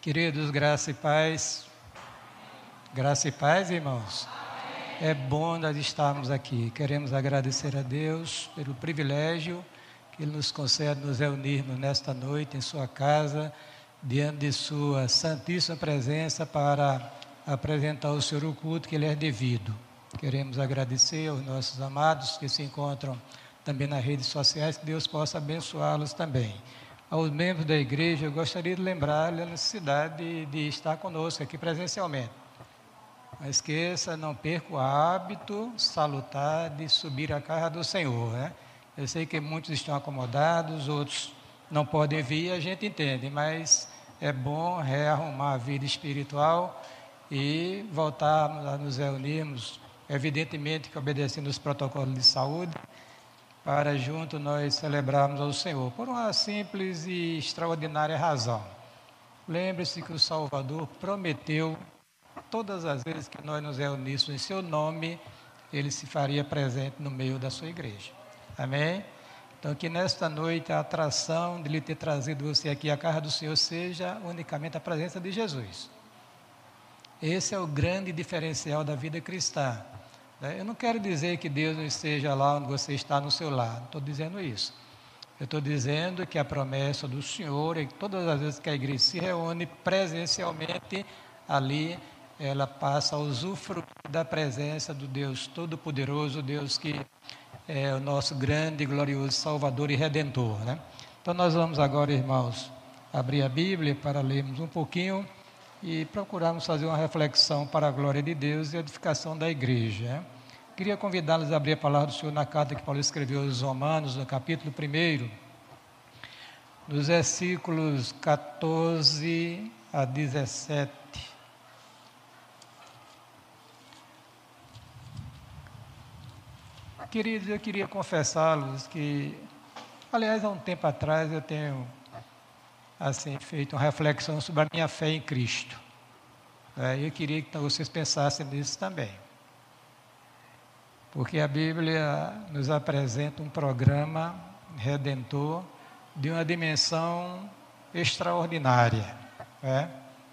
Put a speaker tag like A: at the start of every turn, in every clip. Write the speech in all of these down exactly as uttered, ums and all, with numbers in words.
A: Queridos, graça e paz. Graça e paz, irmãos. É bom nós estarmos aqui. Queremos agradecer a Deus pelo privilégio que Ele nos concede nos reunirmos nesta noite em sua casa, diante de sua santíssima presença para apresentar ao Senhor o culto que Ele é devido. Queremos agradecer aos nossos amados que se encontram também nas redes sociais, que Deus possa abençoá-los também. Aos membros da igreja, eu gostaria de lembrar-lhes a necessidade de, de estar conosco aqui presencialmente. Não esqueça, não perca o hábito salutar de subir à casa do Senhor, né? Eu sei que muitos estão acomodados, outros não podem vir, a gente entende, mas é bom rearrumar a vida espiritual e voltarmos a nos reunirmos, evidentemente que obedecendo os protocolos de saúde, para junto nós celebrarmos ao Senhor, por uma simples e extraordinária razão. Lembre-se que o Salvador prometeu, todas as vezes que nós nos reuníssemos em seu nome, Ele se faria presente no meio da sua igreja. Amém? Então, que nesta noite a atração de Ele ter trazido você aqui à casa do Senhor seja unicamente a presença de Jesus. Esse é o grande diferencial da vida cristã. Eu não quero dizer que Deus não esteja lá onde você está no seu lar, não estou dizendo isso. Eu estou dizendo que a promessa do Senhor é que todas as vezes que a igreja se reúne presencialmente, ali ela passa a usufruir da presença do Deus Todo-Poderoso, Deus que é o nosso grande e glorioso Salvador e Redentor, né? Então nós vamos agora, irmãos, abrir a Bíblia para lermos um pouquinho e procurarmos fazer uma reflexão para a glória de Deus e a edificação da igreja, né? Queria convidá-los a abrir a palavra do Senhor na carta que Paulo escreveu aos Romanos, no capítulo um, nos versículos catorze a dezessete. Queridos, eu queria confessá-los que, aliás, há um tempo atrás eu tenho assim, feito uma reflexão sobre a minha fé em Cristo. É, eu queria que vocês pensassem nisso também. Porque a Bíblia nos apresenta um programa redentor de uma dimensão extraordinária, é?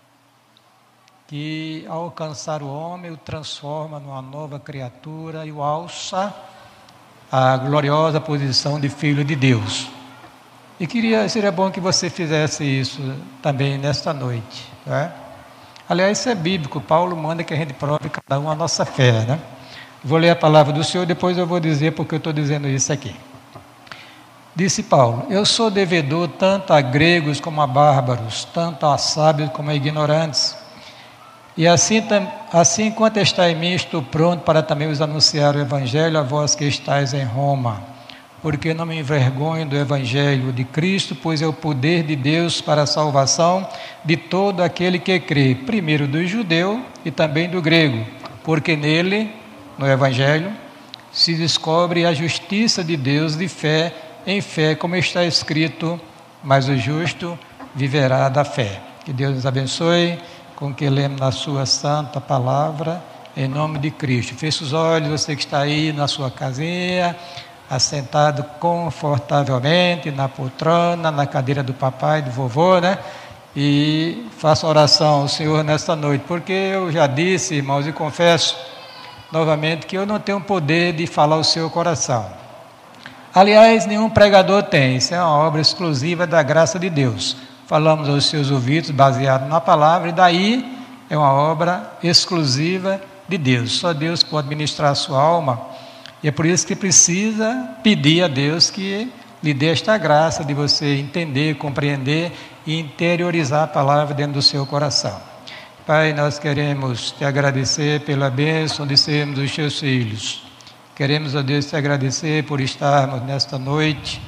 A: Que ao alcançar o homem, o transforma numa nova criatura e o alça à gloriosa posição de filho de Deus. E queria, seria bom que você fizesse isso também nesta noite, é? Aliás, isso é bíblico, Paulo manda que a gente prove cada um a nossa fé, né? Vou ler a palavra do Senhor, depois eu vou dizer porque eu estou dizendo isso aqui. Disse Paulo: eu sou devedor tanto a gregos como a bárbaros, tanto a sábios como a ignorantes. E assim, assim quanto está em mim, estou pronto para também vos anunciar o Evangelho a vós que estáis em Roma. Porque não me envergonho do Evangelho de Cristo, pois é o poder de Deus para a salvação de todo aquele que crê, primeiro do judeu e também do grego, porque nele, no Evangelho, se descobre a justiça de Deus de fé em fé, como está escrito, mas o justo viverá da fé. Que Deus nos abençoe com que lemos na sua santa palavra, em nome de Cristo. Feche os olhos, você que está aí na sua casinha, assentado confortavelmente na poltrona, na cadeira do papai, do vovô, né? E faça oração ao Senhor nesta noite, porque eu já disse, irmãos, e confesso novamente que eu não tenho poder de falar o seu coração. Aliás, nenhum pregador tem, isso é uma obra exclusiva da graça de Deus. Falamos aos seus ouvidos, baseado na palavra, e daí é uma obra exclusiva de Deus. Só Deus pode ministrar a sua alma, e é por isso que precisa pedir a Deus que lhe dê esta graça de você entender, compreender e interiorizar a palavra dentro do seu coração. Pai, nós queremos te agradecer pela bênção de sermos os teus filhos. Queremos, ó Deus, te agradecer por estarmos nesta noite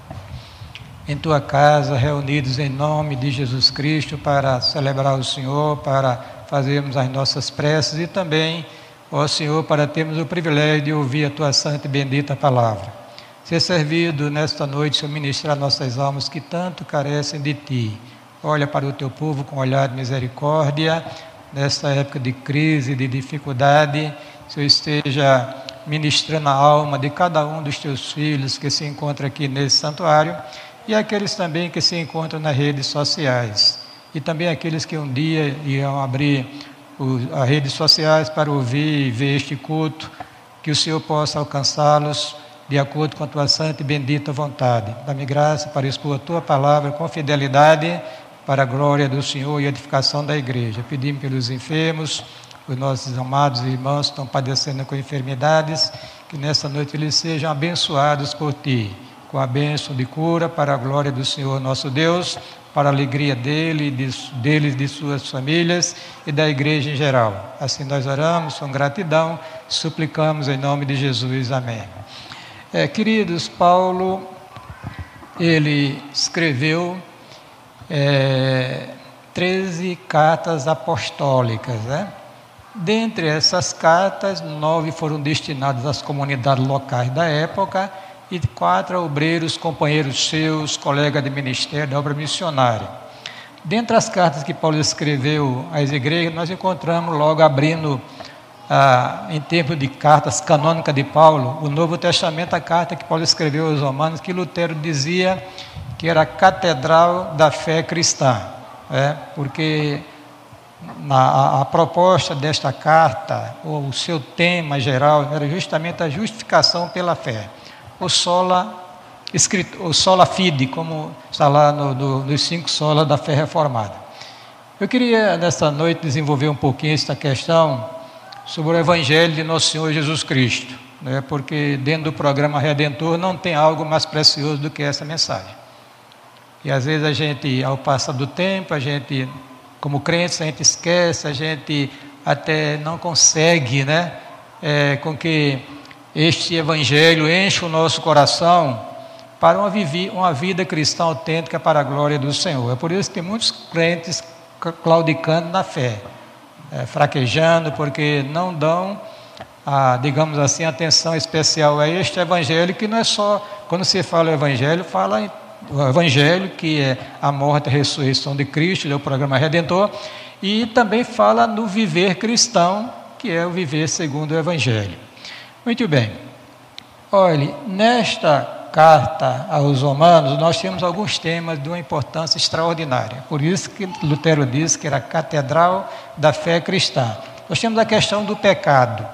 A: em tua casa, reunidos em nome de Jesus Cristo para celebrar o Senhor, para fazermos as nossas preces e também, ó Senhor, para termos o privilégio de ouvir a tua santa e bendita palavra. Ser servido nesta noite, Senhor, ministrar nossas almas que tanto carecem de ti. Olha para o teu povo com olhar de misericórdia, nesta época de crise, de dificuldade, Senhor, esteja ministrando a alma de cada um dos teus filhos que se encontra aqui nesse santuário e aqueles também que se encontram nas redes sociais. e também aqueles que um dia irão abrir o, as redes sociais para ouvir e ver este culto, que o Senhor possa alcançá-los de acordo com a tua santa e bendita vontade. Dá-me graça para expor a tua palavra com fidelidade, para a glória do Senhor e a edificação da igreja. Pedimos pelos enfermos, os nossos amados irmãos que estão padecendo com enfermidades, que nessa noite eles sejam abençoados por ti, com a bênção de cura para a glória do Senhor nosso Deus, para a alegria dele, de, deles, de suas famílias e da igreja em geral. Assim nós oramos com gratidão, suplicamos em nome de Jesus. Amém. É, queridos, Paulo, ele escreveu é, treze cartas apostólicas, né? Dentre essas cartas, nove foram destinadas às comunidades locais da época e quatro a obreiros, companheiros seus, colegas de ministério, da obra missionária. Dentre as cartas que Paulo escreveu às igrejas, nós encontramos logo abrindo, ah, em tempo de cartas canônicas de Paulo, o Novo Testamento, a carta que Paulo escreveu aos Romanos, que Lutero dizia que era a catedral da fé cristã, é, porque na, a, a proposta desta carta, ou o seu tema geral, era justamente a justificação pela fé. O sola, escrito, o sola fide, como está lá no, no, nos cinco solas da fé reformada. Eu queria, nesta noite, desenvolver um pouquinho esta questão sobre o Evangelho de Nosso Senhor Jesus Cristo, né? Porque dentro do programa Redentor não tem algo mais precioso do que essa mensagem. E às vezes a gente, ao passar do tempo, a gente, como crentes, a gente esquece, a gente até não consegue, né? É, com que este Evangelho enche o nosso coração para uma, vivi, uma vida cristã autêntica para a glória do Senhor. É por isso que tem muitos crentes claudicando na fé, é, fraquejando, porque não dão, a, digamos assim, atenção especial a este Evangelho, que não é só, quando se fala o Evangelho, fala em, o Evangelho, que é a morte e a ressurreição de Cristo, é o programa Redentor, e também fala no viver cristão, que é o viver segundo o Evangelho. Muito bem. Olhe, nesta carta aos Romanos, nós temos alguns temas de uma importância extraordinária. Por isso que Lutero disse que era a catedral da fé cristã. Nós temos a questão do pecado.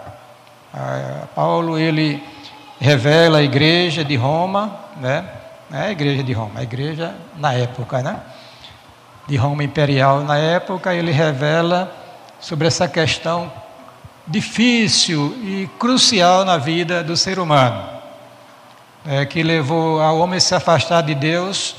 A: Ah, Paulo, ele revela a igreja de Roma, né? Não é a igreja de Roma, a igreja na época, né? De Roma imperial na época, ele revela sobre essa questão difícil e crucial na vida do ser humano, é, que levou ao homem a se afastar de Deus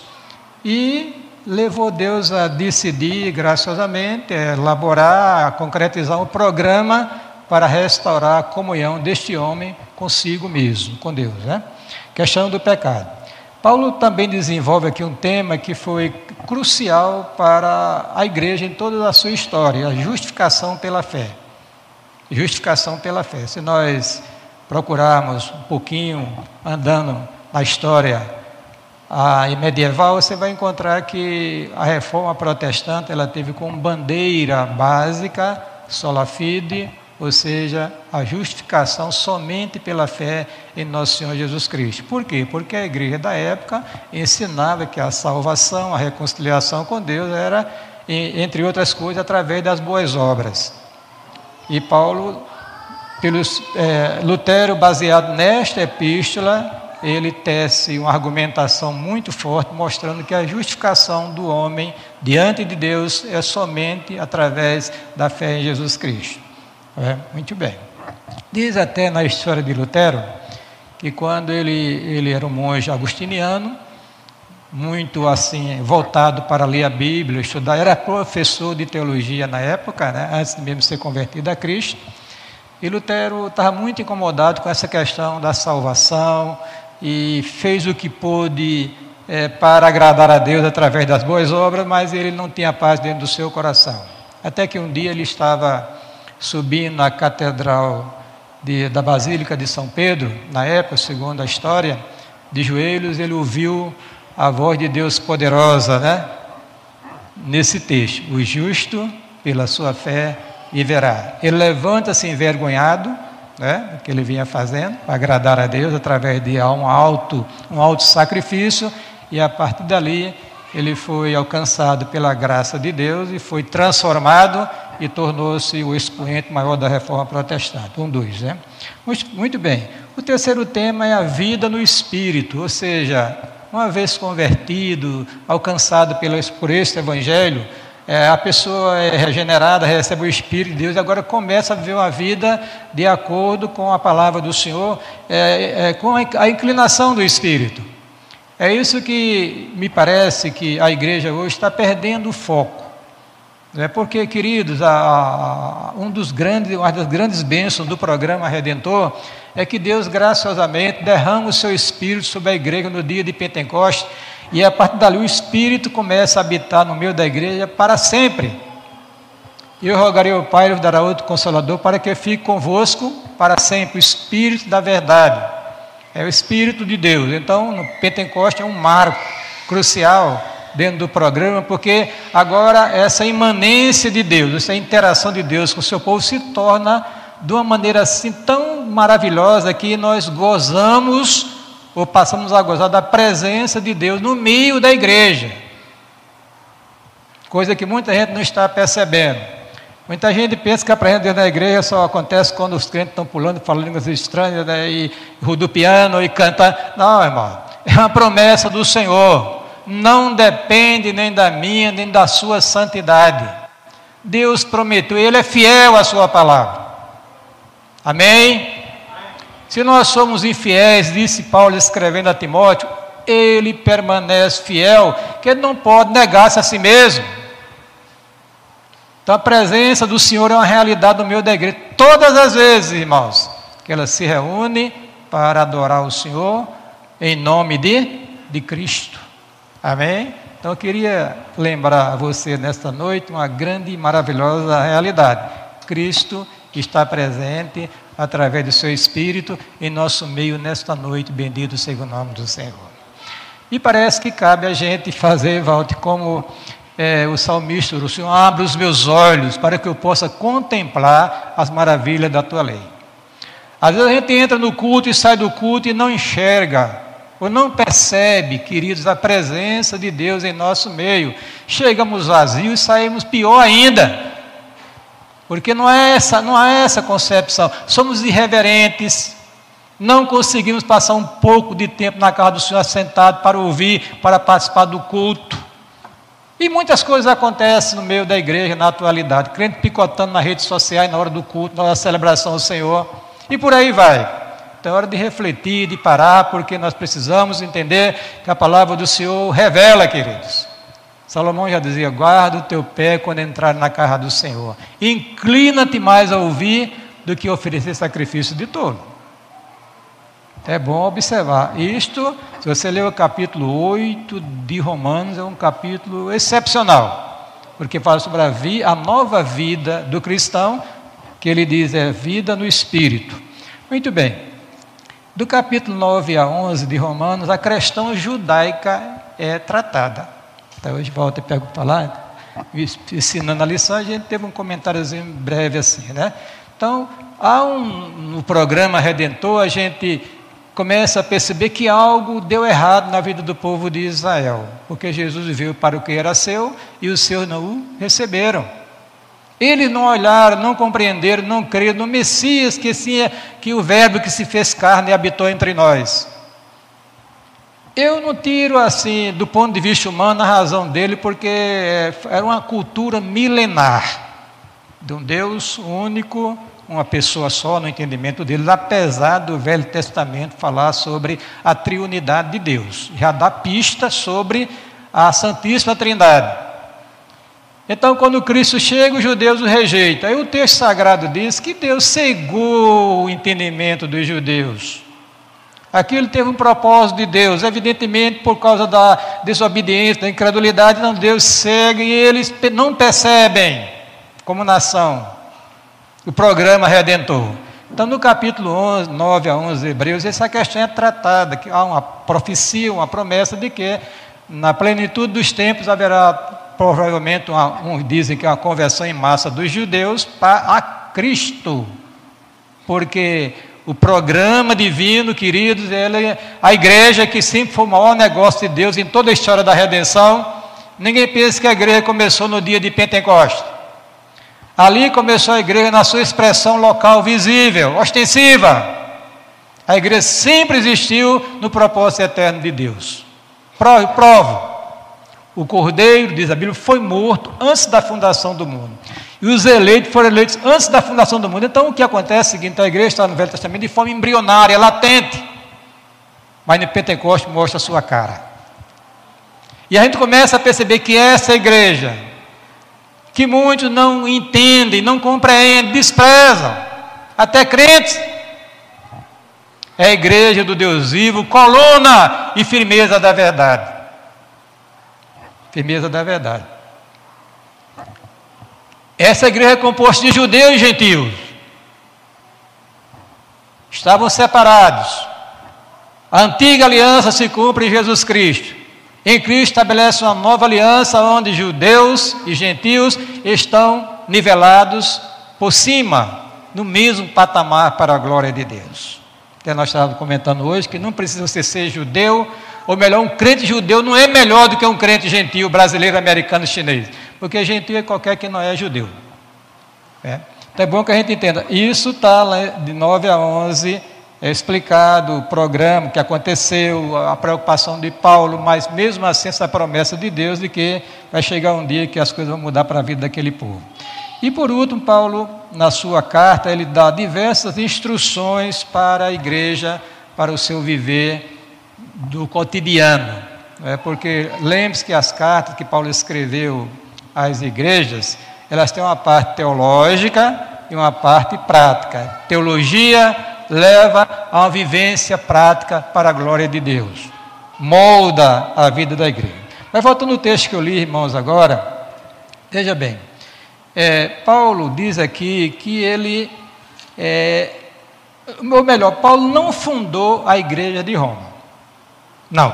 A: e levou Deus a decidir, graciosamente, a elaborar, a concretizar um programa para restaurar a comunhão deste homem consigo mesmo, com Deus, né? Questão do pecado. Paulo também desenvolve aqui um tema que foi crucial para a igreja em toda a sua história, a justificação pela fé. Justificação pela fé. Se nós procurarmos um pouquinho, andando na história a, medieval, você vai encontrar que a reforma protestante ela teve como bandeira básica sola fide, ou seja, a justificação somente pela fé em Nosso Senhor Jesus Cristo. Por quê? Porque a igreja da época ensinava que a salvação, a reconciliação com Deus era, entre outras coisas, através das boas obras. E Paulo, pelos, é, Lutero, baseado nesta epístola, ele tece uma argumentação muito forte, mostrando que a justificação do homem diante de Deus é somente através da fé em Jesus Cristo. É, muito bem. Diz até na história de Lutero, que quando ele, ele era um monge agustiniano, muito assim, voltado para ler a Bíblia, estudar, era professor de teologia na época, né, antes de mesmo ser convertido a Cristo, e Lutero estava muito incomodado com essa questão da salvação, e fez o que pôde é, para agradar a Deus através das boas obras, mas ele não tinha paz dentro do seu coração. Até que um dia ele estava subindo na catedral de, da Basílica de São Pedro, na época, segundo a história, de joelhos, ele ouviu a voz de Deus poderosa, né? Nesse texto, o justo pela sua fé viverá. Ele levanta-se envergonhado, né? O que ele vinha fazendo, para agradar a Deus, através de um alto, um alto sacrifício, e a partir dali, ele foi alcançado pela graça de Deus e foi transformado e tornou-se o expoente maior da reforma protestante. Um dos, né? Muito bem. O terceiro tema é a vida no Espírito, ou seja, uma vez convertido, alcançado pelo, por este Evangelho, é, a pessoa é regenerada, recebe o Espírito de Deus e agora começa a viver uma vida de acordo com a palavra do Senhor, é, é, com a inclinação do Espírito. É isso que me parece que a igreja hoje está perdendo o foco. É porque, queridos, a, a, um dos grandes, uma das grandes bênçãos do programa Redentor é que Deus graciosamente derrama o seu Espírito sobre a igreja no dia de Pentecostes e a partir dali o Espírito começa a habitar no meio da igreja para sempre. E eu rogarei ao Pai, ele dará outro Consolador para que fique convosco para sempre, o Espírito da verdade. É o Espírito de Deus. Então, no Pentecostes é um marco crucial dentro do programa, porque agora essa imanência de Deus, essa interação de Deus com o seu povo se torna de uma maneira assim tão maravilhosa que nós gozamos, ou passamos a gozar da presença de Deus no meio da igreja. Coisa que muita gente não está percebendo. Muita gente pensa que a presença de Deus na igreja só acontece quando os crentes estão pulando, falando línguas estranhas, né, e rodopiando e cantando. Não, irmão, é uma promessa do Senhor. Não depende nem da minha, nem da sua santidade. Deus prometeu, Ele é fiel à sua palavra. Amém? Se nós somos infiéis, disse Paulo escrevendo a Timóteo, Ele permanece fiel, que Ele não pode negar-se a si mesmo. Então a presença do Senhor é uma realidade no meio da igreja. Todas as vezes, irmãos, que ela se reúne para adorar o Senhor em nome de, de Cristo. Amém? Então eu queria lembrar a você nesta noite uma grande e maravilhosa realidade. Cristo está presente através do seu Espírito em nosso meio nesta noite. Bendito seja o nome do Senhor. E parece que cabe a gente fazer, Walter, como É, o salmista, o Senhor abre os meus olhos para que eu possa contemplar as maravilhas da tua lei. Às vezes a gente entra no culto e sai do culto e não enxerga, ou não percebe, queridos, a presença de Deus em nosso meio. Chegamos vazios e saímos pior ainda, porque não é essa, não é essa concepção. Somos irreverentes, não conseguimos passar um pouco de tempo na casa do Senhor sentado para ouvir, para participar do culto. E muitas coisas acontecem no meio da igreja na atualidade, crente picotando nas redes sociais na hora do culto, na hora da celebração do Senhor, e por aí vai. Então é hora de refletir, de parar, porque nós precisamos entender que a palavra do Senhor revela, queridos. Salomão já dizia, guarda o teu pé quando entrar na casa do Senhor, inclina-te mais a ouvir do que oferecer sacrifício de tolo. É bom observar. Isto, se você ler o capítulo oito de Romanos, é um capítulo excepcional, porque fala sobre a, vi, a nova vida do cristão, que ele diz é vida no Espírito. Muito bem. Do capítulo nove a onze de Romanos, a questão judaica é tratada. Até hoje volta e pego para lá, ensinando a lição, a gente teve um comentáriozinho breve assim, né? Então, há um, no programa Redentor, a gente começa a perceber que algo deu errado na vida do povo de Israel, porque Jesus veio para o que era seu e os seus não o receberam. Eles não olharam, não compreenderam, não creram no Messias, que, sim, é, que o verbo que se fez carne e habitou entre nós. Eu não tiro assim, do ponto de vista humano, a razão dele, porque era uma cultura milenar, de um Deus único, uma pessoa só no entendimento deles, apesar do Velho Testamento falar sobre a triunidade de Deus, já dá pista sobre a Santíssima Trindade. Então, quando Cristo chega, os judeus o rejeitam. Aí o texto sagrado diz que Deus cegou o entendimento dos judeus. Aquilo teve um propósito de Deus, evidentemente por causa da desobediência, da incredulidade, não, Deus cega e eles não percebem como nação o programa Redentor. Então, no capítulo onze, nove a onze de Hebreus, essa questão é tratada, que há uma profecia, uma promessa de que na plenitude dos tempos haverá provavelmente, uma, um, dizem que é uma conversão em massa dos judeus para a Cristo, porque o programa divino, queridos, ele, a igreja que sempre foi o maior negócio de Deus em toda a história da redenção, Ninguém pensa que a igreja começou no dia de Pentecostes. Ali começou a igreja na sua expressão local visível, ostensiva. A igreja sempre existiu no propósito eterno de Deus. Prove, provo. O Cordeiro, diz a Bíblia, foi morto antes da fundação do mundo. E os eleitos foram eleitos antes da fundação do mundo. Então o que acontece é o seguinte: a igreja está no Velho Testamento de forma embrionária, latente. Mas no Pentecostes mostra a sua cara. E a gente começa a perceber que essa igreja, que muitos não entendem, não compreendem, desprezam, até crentes, é a igreja do Deus vivo, coluna e firmeza da verdade. Firmeza da verdade. Essa igreja é composta de judeus e gentios. Estavam separados. A antiga aliança se cumpre em Jesus Cristo. Em Cristo estabelece uma nova aliança onde judeus e gentios estão nivelados por cima, no mesmo patamar para a glória de Deus. Que nós estávamos comentando hoje que não precisa você ser judeu, ou melhor, um crente judeu não é melhor do que um crente gentio, brasileiro, americano, chinês, porque gentio é qualquer que não é judeu. É. Então é bom que a gente entenda. Isso está lá de nove a onze, é explicado o programa que aconteceu, a preocupação de Paulo, mas mesmo assim essa promessa de Deus de que vai chegar um dia que as coisas vão mudar para a vida daquele povo. E por último, Paulo, na sua carta, ele dá diversas instruções para a igreja, para o seu viver do cotidiano. É porque lembre-se que as cartas que Paulo escreveu às igrejas, elas têm uma parte teológica e uma parte prática. Teologia leva a uma vivência prática para a glória de Deus. Molda a vida da igreja. Mas voltando ao texto que eu li, irmãos, agora, veja bem. É, Paulo diz aqui que ele, é, ou melhor, Paulo não fundou a igreja de Roma. Não.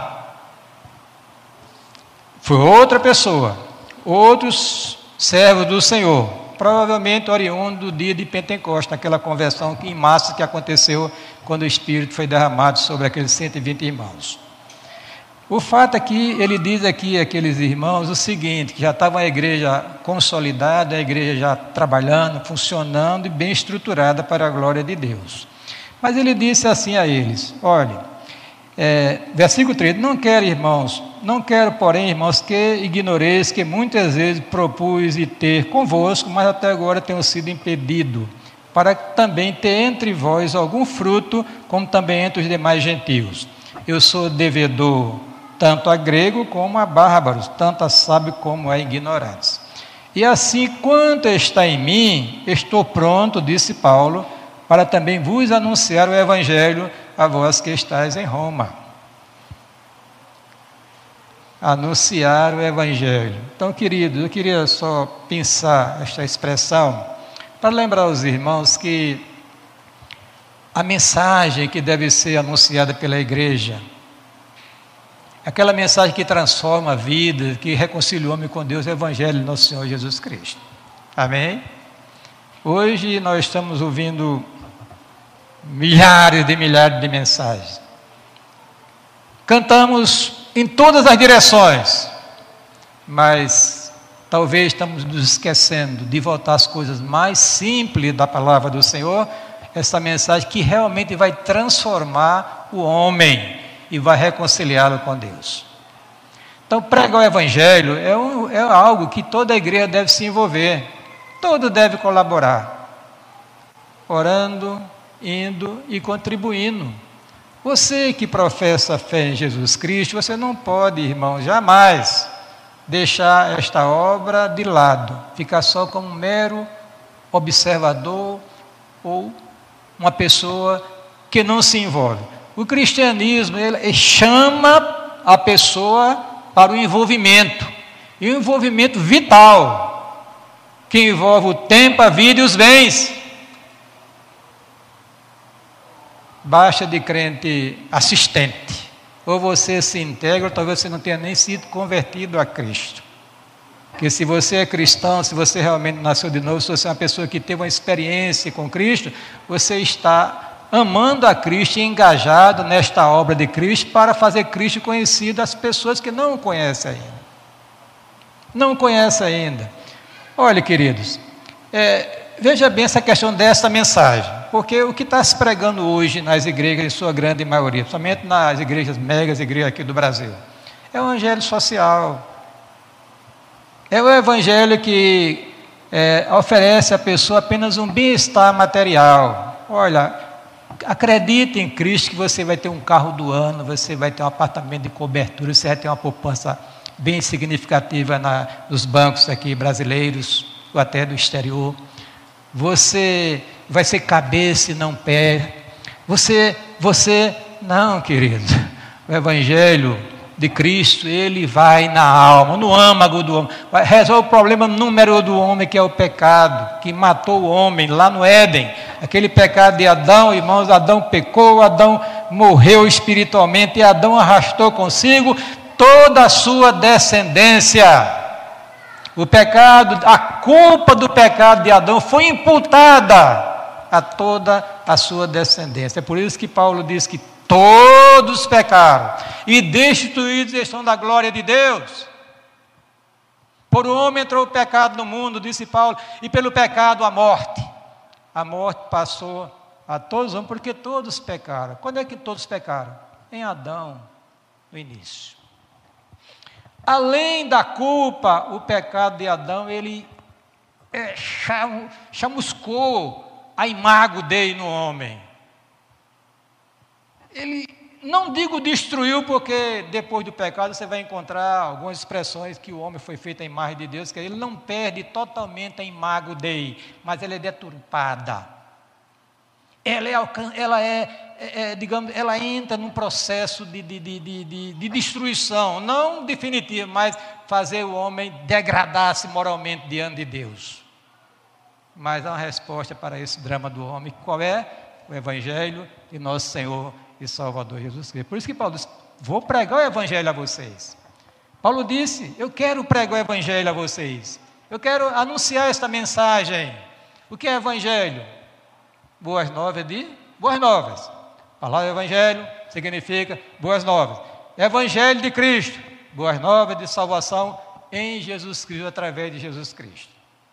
A: Foi outra pessoa, outros servos do Senhor, provavelmente oriundo do dia de Pentecostes, naquela conversão em massa que aconteceu quando o Espírito foi derramado sobre aqueles cento e vinte irmãos. O fato é que ele diz aqui àqueles irmãos o seguinte, que já estava a igreja consolidada, a igreja já trabalhando, funcionando e bem estruturada para a glória de Deus. Mas ele disse assim a eles, olha, é, versículo três, não quero, irmãos, não quero, porém, irmãos, que ignoreis que muitas vezes propus e ter convosco, mas até agora tenho sido impedido, para também ter entre vós algum fruto, como também entre os demais gentios. Eu sou devedor tanto a grego como a bárbaros, tanto a sábio como a ignorantes. E assim, quanto está em mim, estou pronto, disse Paulo, para também vos anunciar o evangelho a vós que estáis em Roma. Anunciar o evangelho. Então, queridos, eu queria só pensar esta expressão para lembrar os irmãos que a mensagem que deve ser anunciada pela igreja, aquela mensagem que transforma a vida, que reconcilia o homem com Deus, é o evangelho do nosso Senhor Jesus Cristo. Amém? Hoje nós estamos ouvindo milhares de milhares de mensagens. Cantamos em todas as direções, mas talvez estamos nos esquecendo de voltar às coisas mais simples da palavra do Senhor, essa mensagem que realmente vai transformar o homem e vai reconciliá-lo com Deus. Então, pregar o evangelho é, um, é algo que toda a igreja deve se envolver, todo deve colaborar, orando, indo e contribuindo. Você que professa a fé em Jesus Cristo, você não pode, irmão, jamais deixar esta obra de lado, ficar só como um mero observador ou uma pessoa que não se envolve. O cristianismo, ele chama a pessoa para o envolvimento, e um envolvimento vital, que envolve o tempo, a vida e os bens. Basta de crente assistente, ou você se integra, ou talvez você não tenha nem sido convertido a Cristo. Porque se você é cristão, se você realmente nasceu de novo, se você é uma pessoa que teve uma experiência com Cristo, você está amando a Cristo e engajado nesta obra de Cristo para fazer Cristo conhecido às pessoas que não o conhecem ainda. Não conhece ainda. Olha, queridos, é, veja bem essa questão desta mensagem, porque o que está se pregando hoje nas igrejas, em sua grande maioria, principalmente nas igrejas, megas igrejas aqui do Brasil, é o evangelho social. É o evangelho que é, oferece à pessoa apenas um bem-estar material. Olha, acredite em Cristo que você vai ter um carro do ano, você vai ter um apartamento de cobertura, você vai ter uma poupança bem significativa na, nos bancos aqui brasileiros, ou até do exterior. Você vai ser cabeça e não pé. Você, você, não, querido. O evangelho de Cristo, ele vai na alma, no âmago do homem. Resolve o problema número do homem, que é o pecado, que matou o homem lá no Éden. Aquele pecado de Adão, irmãos, Adão pecou, Adão morreu espiritualmente, e Adão arrastou consigo toda a sua descendência. O pecado, a culpa do pecado de Adão foi imputada a toda a sua descendência. É por isso que Paulo diz que todos pecaram e destituídos estão da glória de Deus. Por um homem entrou o pecado no mundo, disse Paulo, e pelo pecado a morte. A morte passou a todos os homens, porque todos pecaram. Quando é que todos pecaram? Em Adão, no início. Além da culpa, o pecado de Adão, ele é, chamuscou a imago dele no homem. Ele, não digo destruiu, porque depois do pecado você vai encontrar algumas expressões que o homem foi feito à imagem de Deus, que ele não perde totalmente a imago dele, mas ela é deturpada. Ela é, ela é, é, é digamos, ela entra num processo de, de, de, de, de destruição, não definitiva, mas fazer o homem degradar-se moralmente diante de Deus. Mas há uma resposta para esse drama do homem. Qual é? O Evangelho de nosso Senhor e Salvador Jesus Cristo. Por isso que Paulo disse, vou pregar o Evangelho a vocês. Paulo disse, eu quero pregar o Evangelho a vocês. Eu quero anunciar esta mensagem. O que é Evangelho? Boas novas de boas novas. A palavra Evangelho significa boas novas. Evangelho de Cristo, boas novas de salvação em Jesus Cristo, através de Jesus Cristo.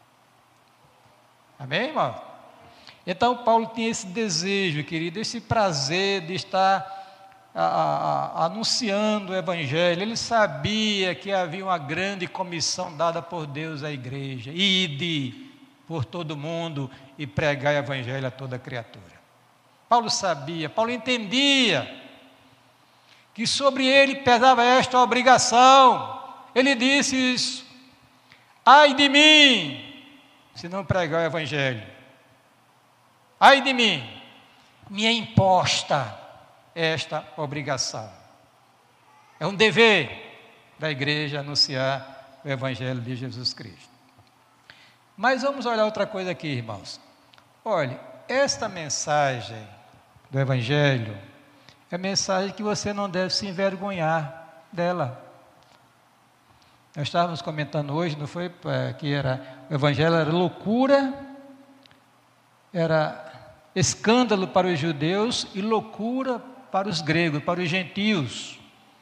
A: Amém, irmão? Então, Paulo tinha esse desejo, querido, esse prazer de estar a, a, a, anunciando o Evangelho. Ele sabia que havia uma grande comissão dada por Deus à igreja. Ide por todo mundo e pregar o Evangelho a toda criatura. Paulo sabia, Paulo entendia que sobre ele pesava esta obrigação. Ele disse isso, ai de mim, se não pregar o Evangelho. Ai de mim, me é imposta esta obrigação. É um dever da igreja anunciar o Evangelho de Jesus Cristo. Mas vamos olhar outra coisa aqui, irmãos. Olhe, esta mensagem do Evangelho é mensagem que você não deve se envergonhar dela. Nós estávamos comentando hoje, não foi? Que era, o Evangelho era loucura, era escândalo para os judeus e loucura para os gregos, para os gentios.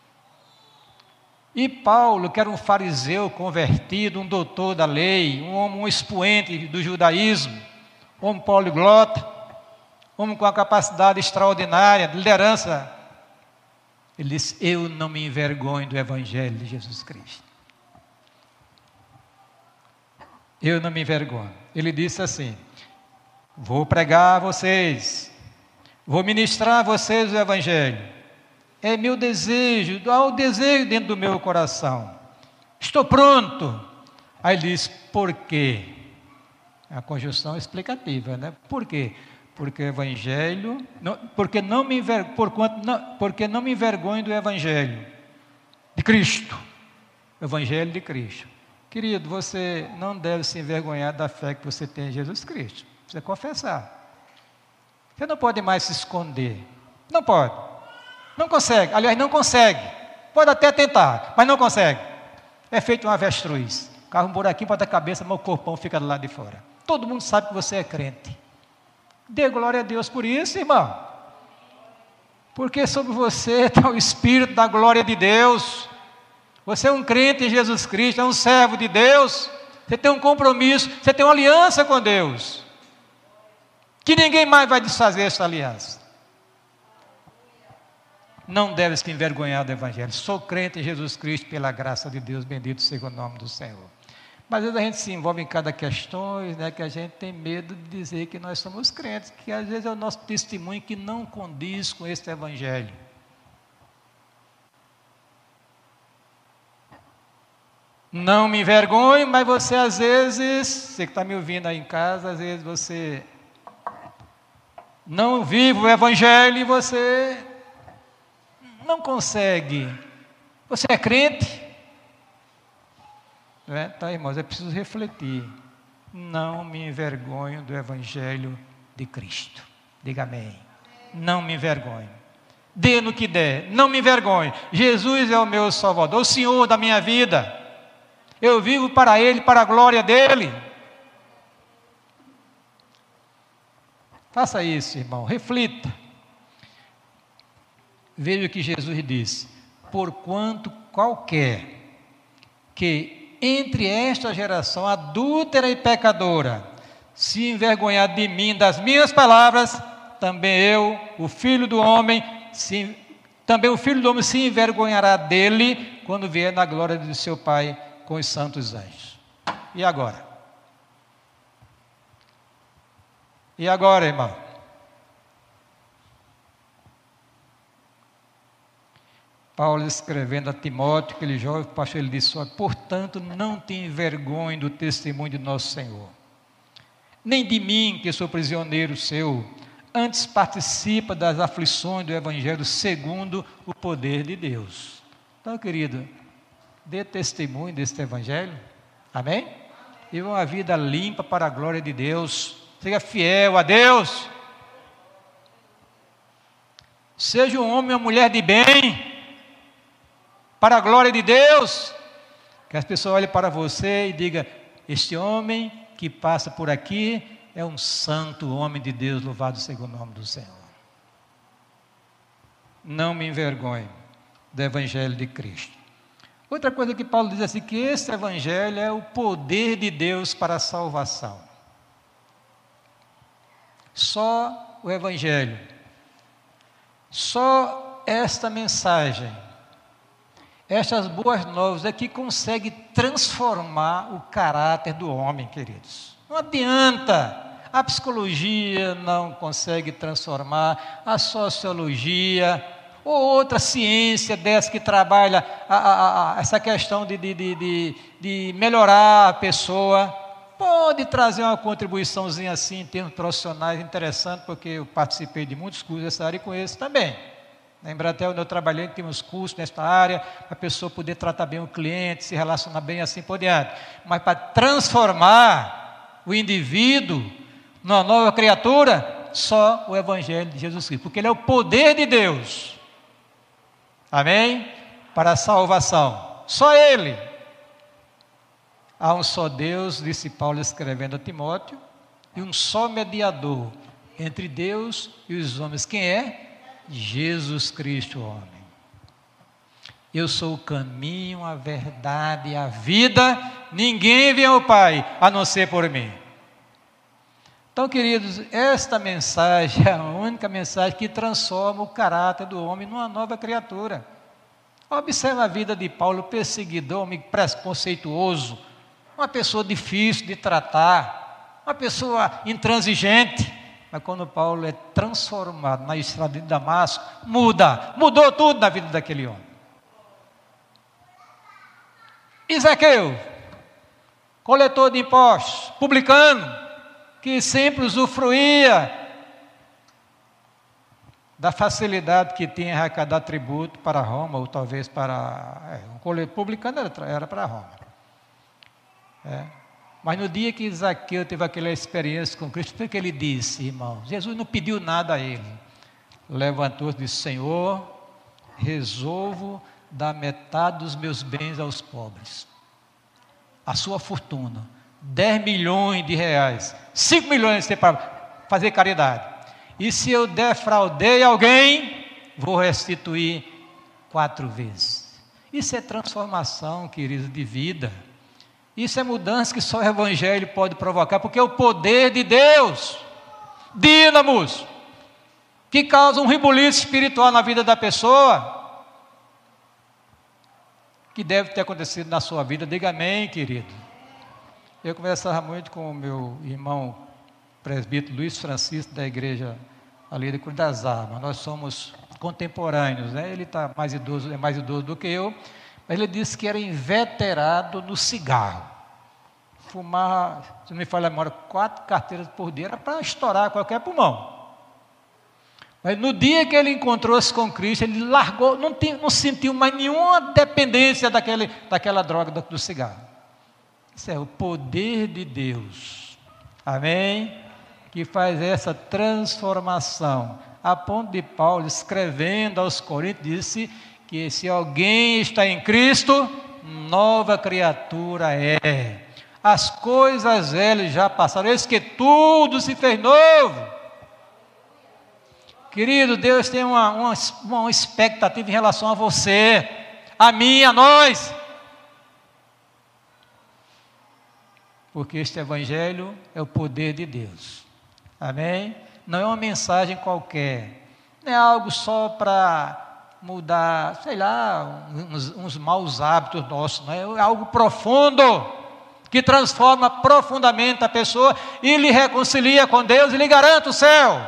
A: E Paulo, que era um fariseu convertido, um doutor da lei, um homem, um expoente do judaísmo, um homem poliglota, um homem com uma capacidade extraordinária de liderança, ele disse, eu não me envergonho do Evangelho de Jesus Cristo. Eu não me envergonho. Ele disse assim, vou pregar a vocês, vou ministrar a vocês o Evangelho. É meu desejo, há o desejo dentro do meu coração. Estou pronto. Aí ele diz, por quê? É a conjunção explicativa, né? Por quê? Porque o Evangelho, não, porque, não me enver, por quanto, não, porque não me envergonho do Evangelho de Cristo. O Evangelho de Cristo. Querido, você não deve se envergonhar da fé que você tem em Jesus Cristo. Precisa confessar. Você não pode mais se esconder. Não pode. Não consegue, aliás, não consegue. Pode até tentar, mas não consegue. É feito uma avestruz. Carro um buraquinho para a cabeça, mas o corpão fica do lado de fora. Todo mundo sabe que você é crente. Dê glória a Deus por isso, irmão. Porque sobre você está o Espírito da glória de Deus. Você é um crente em Jesus Cristo, é um servo de Deus. Você tem um compromisso, você tem uma aliança com Deus. Que ninguém mais vai desfazer essa aliança. Não deve se envergonhar do Evangelho. Sou crente em Jesus Cristo pela graça de Deus, bendito seja o nome do Senhor. Mas às vezes a gente se envolve em cada questão, né, que a gente tem medo de dizer que nós somos crentes, que às vezes é o nosso testemunho que não condiz com este Evangelho. Não me envergonho, mas você às vezes, você que está me ouvindo aí em casa, às vezes você não vive o Evangelho e você não consegue. Você é crente? É, tá, irmãos, é preciso refletir. Não me envergonho do Evangelho de Cristo. Diga amém. Não me envergonho. Dê no que der, não me envergonho. Jesus é o meu Salvador, o Senhor da minha vida. Eu vivo para Ele, para a glória dEle. Faça isso, irmão, reflita. Veja o que Jesus disse: porquanto qualquer que entre esta geração adúltera e pecadora se envergonhar de mim, das minhas palavras, também eu, o Filho do Homem, se, também o Filho do Homem se envergonhará dele, quando vier na glória de seu Pai com os santos anjos. E agora? E agora, irmão? Paulo escrevendo a Timóteo, aquele jovem pastor, ele disse: portanto, não te envergonhe do testemunho de nosso Senhor, nem de mim, que sou prisioneiro seu, antes participa das aflições do Evangelho segundo o poder de Deus. Então, querido, dê testemunho deste Evangelho, amém? E uma vida limpa para a glória de Deus, seja fiel a Deus, seja um homem ou mulher de bem, para a glória de Deus, que as pessoas olhem para você e digam: este homem que passa por aqui é um santo homem de Deus, louvado seja o nome do Senhor. Não me envergonhe do Evangelho de Cristo. Outra coisa que Paulo diz assim, que esse Evangelho é o poder de Deus para a salvação. Só o Evangelho, só esta mensagem, estas boas novas é que consegue transformar o caráter do homem, queridos. Não adianta, a psicologia não consegue transformar, a sociologia, ou outra ciência dessa que trabalha a, a, a, essa questão de, de, de, de, de melhorar a pessoa, pode trazer uma contribuiçãozinha assim em termos profissionais interessante, porque eu participei de muitos cursos dessa área e conheço também. Lembra até onde eu trabalhei, que tínhamos cursos nesta área, para a pessoa poder tratar bem o cliente, se relacionar bem assim por diante. Mas para transformar o indivíduo numa nova criatura, só o Evangelho de Jesus Cristo, porque ele é o poder de Deus. Amém? Para a salvação. Só Ele. Há um só Deus, disse Paulo escrevendo a Timóteo, e um só mediador entre Deus e os homens. Quem é? Jesus Cristo, homem. Eu sou o caminho, a verdade e a vida. Ninguém vem ao Pai a não ser por mim. Então, queridos, esta mensagem é a única mensagem que transforma o caráter do homem numa nova criatura. Observa a vida de Paulo, perseguidor, homem preconceituoso, uma pessoa difícil de tratar, uma pessoa intransigente. Mas quando Paulo é transformado na estrada de Damasco, muda, mudou tudo na vida daquele homem. E Zaqueu, coletor de impostos, publicano, que sempre usufruía da facilidade que tinha em arrecadar tributo para Roma, ou talvez para... É, um coletor publicano era, era para Roma. É. Mas no dia que Zaqueu teve aquela experiência com Cristo, foi que ele disse, irmão, Jesus não pediu nada a ele. Levantou-se e disse: Senhor, resolvo dar metade dos meus bens aos pobres. A sua fortuna, dez milhões de reais, cinco milhões para fazer caridade. E se eu defraudei alguém, vou restituir quatro vezes. Isso é transformação, queridos, de vida. Isso é mudança que só o Evangelho pode provocar, porque é o poder de Deus, dínamos, que causa um rebuliço espiritual na vida da pessoa, que deve ter acontecido na sua vida. Diga amém, querido. Eu conversava muito com o meu irmão presbítero Luiz Francisco, da igreja ali de Cruz das Armas. Nós somos contemporâneos, né? Ele tá mais idoso, é mais idoso do que eu, mas ele disse que era inveterado no cigarro. Fumava, se não me falha a memória, quatro carteiras por dia, era para estourar qualquer pulmão. Mas no dia que ele encontrou-se com Cristo, ele largou, não, tem, não sentiu mais nenhuma dependência daquele, daquela droga do, do cigarro. Isso é o poder de Deus, amém? Que faz essa transformação, a ponto de Paulo, escrevendo aos Coríntios, disse que se alguém está em Cristo, nova criatura é. As coisas velhas já passaram, eis que tudo se fez novo. Querido, Deus tem uma, uma, uma expectativa em relação a você, a mim, a nós. Porque este Evangelho é o poder de Deus, amém? Não é uma mensagem qualquer, não é algo só para mudar, sei lá, uns, uns maus hábitos nossos, não é? É algo profundo, que transforma profundamente a pessoa e lhe reconcilia com Deus e lhe garante o céu.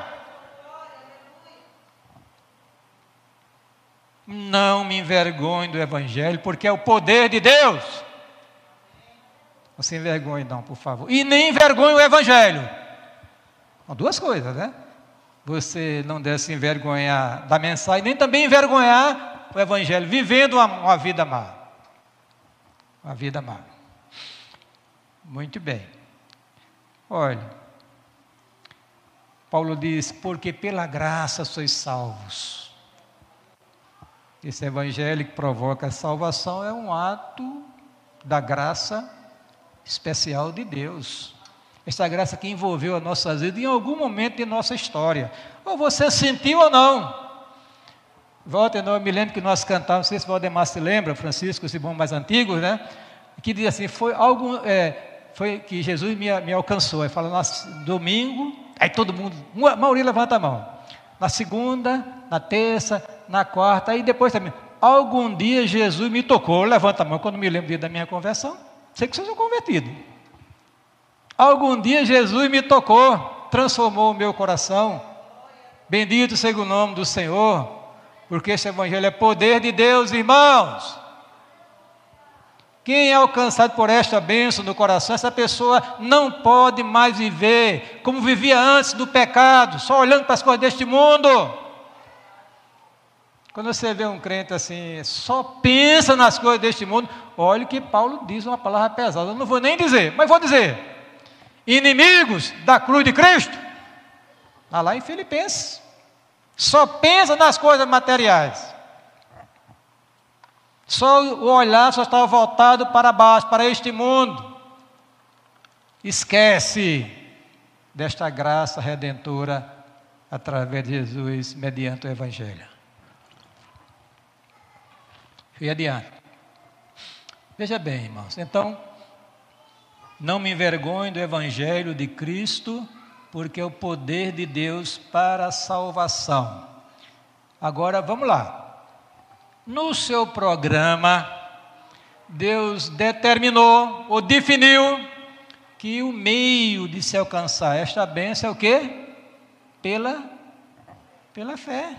A: Não me envergonhe do Evangelho, porque é o poder de Deus. Não se envergonhe não, por favor. E nem envergonhe o Evangelho. São duas coisas, né? Você não deve se envergonhar da mensagem, nem também envergonhar o Evangelho, vivendo uma, uma vida má. Uma vida má. Muito bem. Olha, Paulo diz, porque pela graça sois salvos. Esse Evangelho que provoca a salvação é um ato da graça especial de Deus. Essa graça que envolveu a nossa vida em algum momento de nossa história. Ou você sentiu ou não. Volta, eu me lembro que nós cantávamos, não sei se o Valdemar se lembra, Francisco, esse bom mais antigo, né? Que diz assim, foi algo, é, foi que Jesus me, me alcançou. Aí fala, nossa, domingo, aí todo mundo, a maioria levanta a mão. Na segunda, na terça, na quarta, aí depois também, algum dia Jesus me tocou, levanta a mão, quando me lembro do dia da minha conversão, sei que vocês são convertidos. Algum dia Jesus me tocou, transformou o meu coração, bendito seja o nome do Senhor, porque esse Evangelho é poder de Deus, irmãos. Quem é alcançado por esta bênção no coração, essa pessoa não pode mais viver como vivia antes do pecado, só olhando para as coisas deste mundo. Quando você vê um crente assim, só pensa nas coisas deste mundo, olha o que Paulo diz, uma palavra pesada, eu não vou nem dizer, mas vou dizer, inimigos da cruz de Cristo, está lá em Filipenses, só pensa nas coisas materiais. Só o olhar só estava voltado para baixo, para este mundo. Esquece desta graça redentora através de Jesus, mediante o Evangelho. Fui adiante. Veja bem, irmãos, então, não me envergonhe do Evangelho de Cristo, porque é o poder de Deus para a salvação. Agora, vamos lá. No seu programa, Deus determinou ou definiu que o meio de se alcançar esta bênção é o quê? Pela, pela fé.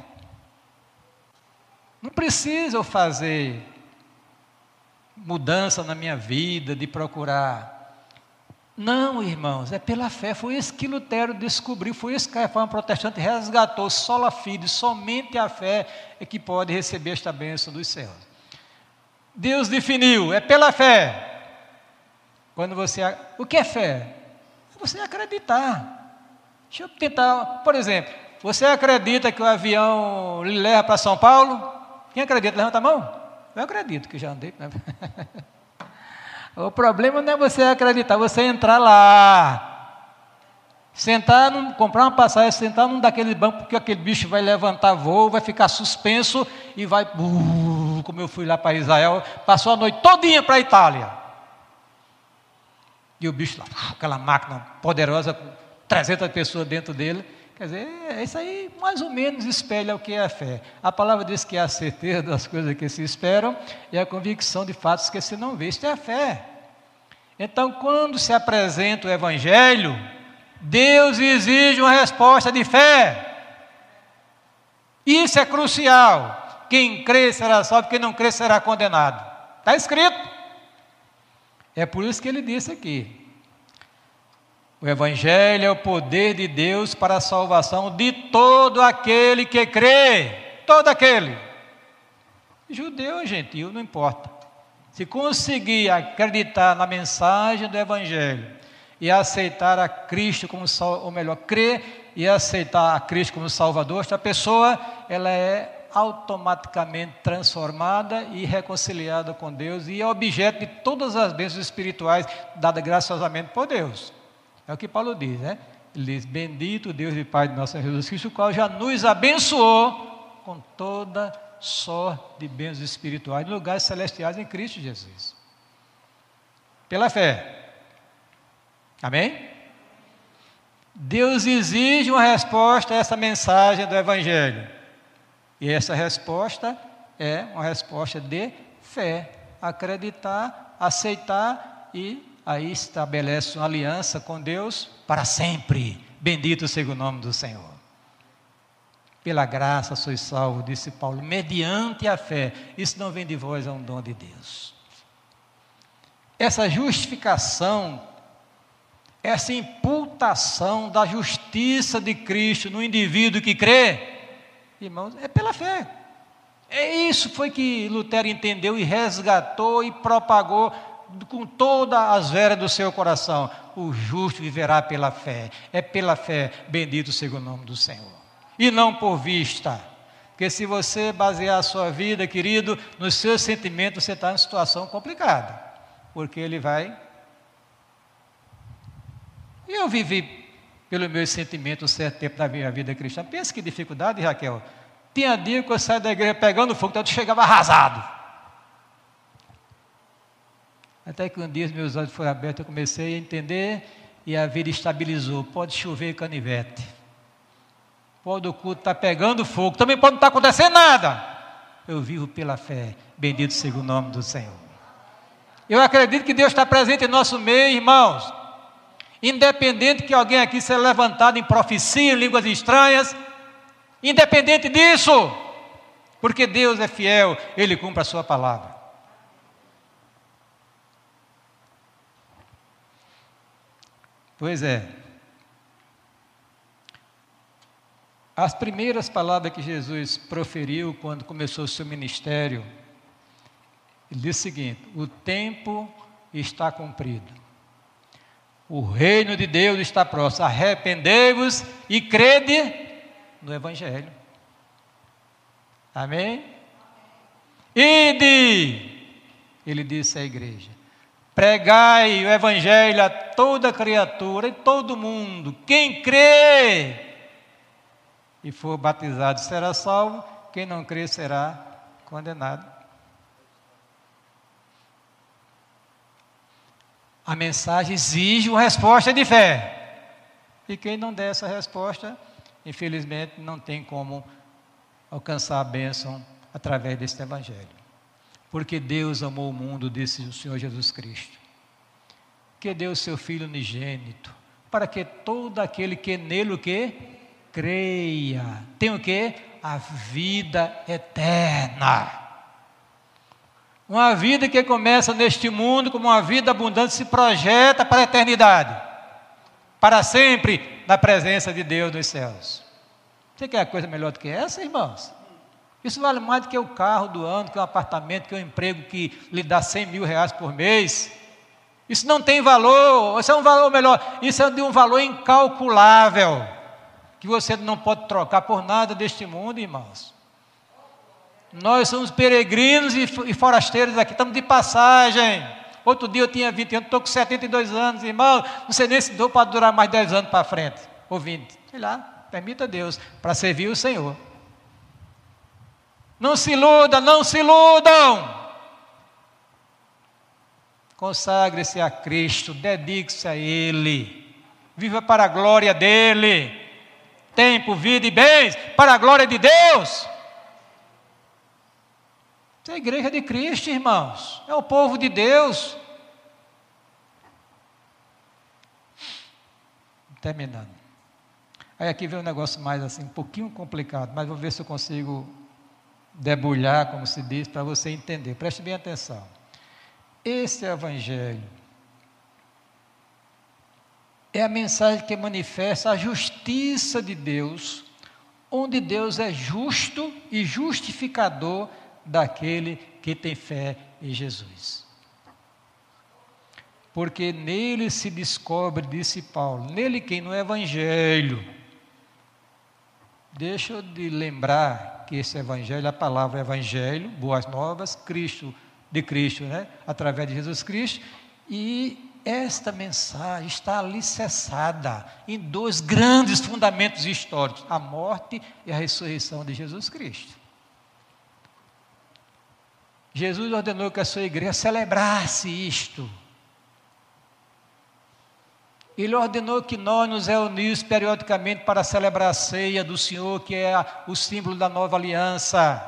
A: Não preciso eu fazer mudança na minha vida, de procurar. Não, irmãos, é pela fé. Foi isso que Lutero descobriu, foi isso que a Reforma Protestante resgatou, sola fide, somente a fé é que pode receber esta bênção dos céus. Deus definiu, é pela fé. Quando você, o que é fé? É você acreditar. Deixa eu tentar, por exemplo, você acredita que o avião lhe leva para São Paulo? Quem acredita? Levanta a mão. Eu acredito que já andei. O problema não é você acreditar, você entrar lá, sentar, num, comprar uma passagem, sentar num daquele banco, porque aquele bicho vai levantar voo, vai ficar suspenso e vai, uh, povo, como eu fui lá para Israel, passou a noite todinha para a Itália. E o bicho lá, aquela máquina poderosa, com trezentas pessoas dentro dele. Quer dizer, isso aí mais ou menos espelha o que é a fé. A palavra diz que é a certeza das coisas que se esperam e a convicção de fatos que se não vê. Isto é a fé. Então, quando se apresenta o Evangelho, Deus exige uma resposta de fé. Isso é crucial. Quem crê será salvo, quem não crê será condenado. Está escrito. É por isso que ele disse aqui. O Evangelho é o poder de Deus para a salvação de todo aquele que crê. Todo aquele. Judeu ou gentil, não importa. Se conseguir acreditar na mensagem do Evangelho e aceitar a Cristo como salvador, ou melhor, crer e aceitar a Cristo como Salvador, esta pessoa, ela é automaticamente transformada e reconciliada com Deus e é objeto de todas as bênçãos espirituais dadas graciosamente por Deus. É o que Paulo diz, né? Ele diz, bendito Deus e Pai de nosso Senhor Jesus Cristo, o qual já nos abençoou com toda sorte de bênçãos espirituais, em lugares celestiais em Cristo Jesus. Pela fé. Amém? Deus exige uma resposta a essa mensagem do Evangelho. E essa resposta é uma resposta de fé. Acreditar, aceitar e aí estabelece uma aliança com Deus para sempre. Bendito seja o nome do Senhor. Pela graça sois salvos, disse Paulo, mediante a fé. Isso não vem de vós, é um dom de Deus. Essa justificação, essa imputação da justiça de Cristo no indivíduo que crê, irmãos, é pela fé. É isso foi que Lutero entendeu e resgatou e propagou com todas as veras do seu coração. O justo viverá pela fé. É pela fé, bendito seja o nome do Senhor. E não por vista. Porque se você basear a sua vida, querido, nos seus sentimentos, você está em situação complicada. Porque ele vai... Eu vivi pelo meu sentimento um certo tempo da minha vida cristã. Pensa que dificuldade, Raquel. Tinha dia que eu saí da igreja pegando fogo, então eu chegava arrasado. Até que um dia os meus olhos foram abertos, eu comecei a entender e a vida estabilizou. Pode chover canivete. Pode o culto estar pegando fogo. Também pode não estar acontecendo nada. Eu vivo pela fé. Bendito seja o nome do Senhor. Eu acredito que Deus está presente em nosso meio, irmãos. Independente que alguém aqui seja levantado em profecia, em línguas estranhas. Independente disso. Porque Deus é fiel. Ele cumpre a sua palavra. Pois é. As primeiras palavras que Jesus proferiu quando começou o seu ministério, ele disse o seguinte: o tempo está cumprido, o reino de Deus está próximo, arrependei-vos e crede no Evangelho. Amém? Ide, ele disse à igreja, pregai o Evangelho a toda criatura e todo mundo. Quem crê e for batizado será salvo, quem não crê será condenado. A mensagem exige uma resposta de fé. E quem não der essa resposta, infelizmente não tem como alcançar a bênção através deste Evangelho. Porque Deus amou o mundo, disse o Senhor Jesus Cristo, que deu o seu Filho unigênito, para que todo aquele que nele o quê? Creia, tem o quê? A vida eterna. Uma vida que começa neste mundo como uma vida abundante, se projeta para a eternidade, para sempre na presença de Deus nos céus. Você quer coisa melhor do que essa, irmãos? Isso vale mais do que o carro do ano, que o apartamento, que o emprego que lhe dá cem mil reais por mês. Isso não tem valor, isso é um valor melhor, isso é de um valor incalculável, que você não pode trocar por nada deste mundo, irmãos. Nós somos peregrinos e forasteiros aqui, estamos de passagem. Outro dia eu tinha vinte anos, estou com setenta e dois anos, irmão, não sei nem se dou para durar mais dez anos para frente, ou vinte, sei lá, permita Deus, para servir o Senhor. Não se iluda, não se iludam. Consagre-se a Cristo, dedique-se a Ele, viva para a glória dEle, tempo, vida e bens, para a glória de Deus. Isso é a igreja de Cristo, irmãos, é o povo de Deus. Terminando. Aí aqui vem um negócio mais assim, um pouquinho complicado, mas vou ver se eu consigo debulhar, como se diz, para você entender. Preste bem atenção. Esse evangelho é a mensagem que manifesta a justiça de Deus, onde Deus é justo e justificador daquele que tem fé em Jesus. Porque nele se descobre, disse Paulo, nele quem no evangelho. Deixa eu de lembrar que esse evangelho, a palavra evangelho, boas novas, Cristo, de Cristo, né? Através de Jesus Cristo, e esta mensagem está alicerçada em dois grandes fundamentos históricos, a morte e a ressurreição de Jesus Cristo. Jesus ordenou que a sua igreja celebrasse isto. Ele ordenou que nós nos reuníssemos periodicamente para celebrar a ceia do Senhor, que é o símbolo da nova aliança,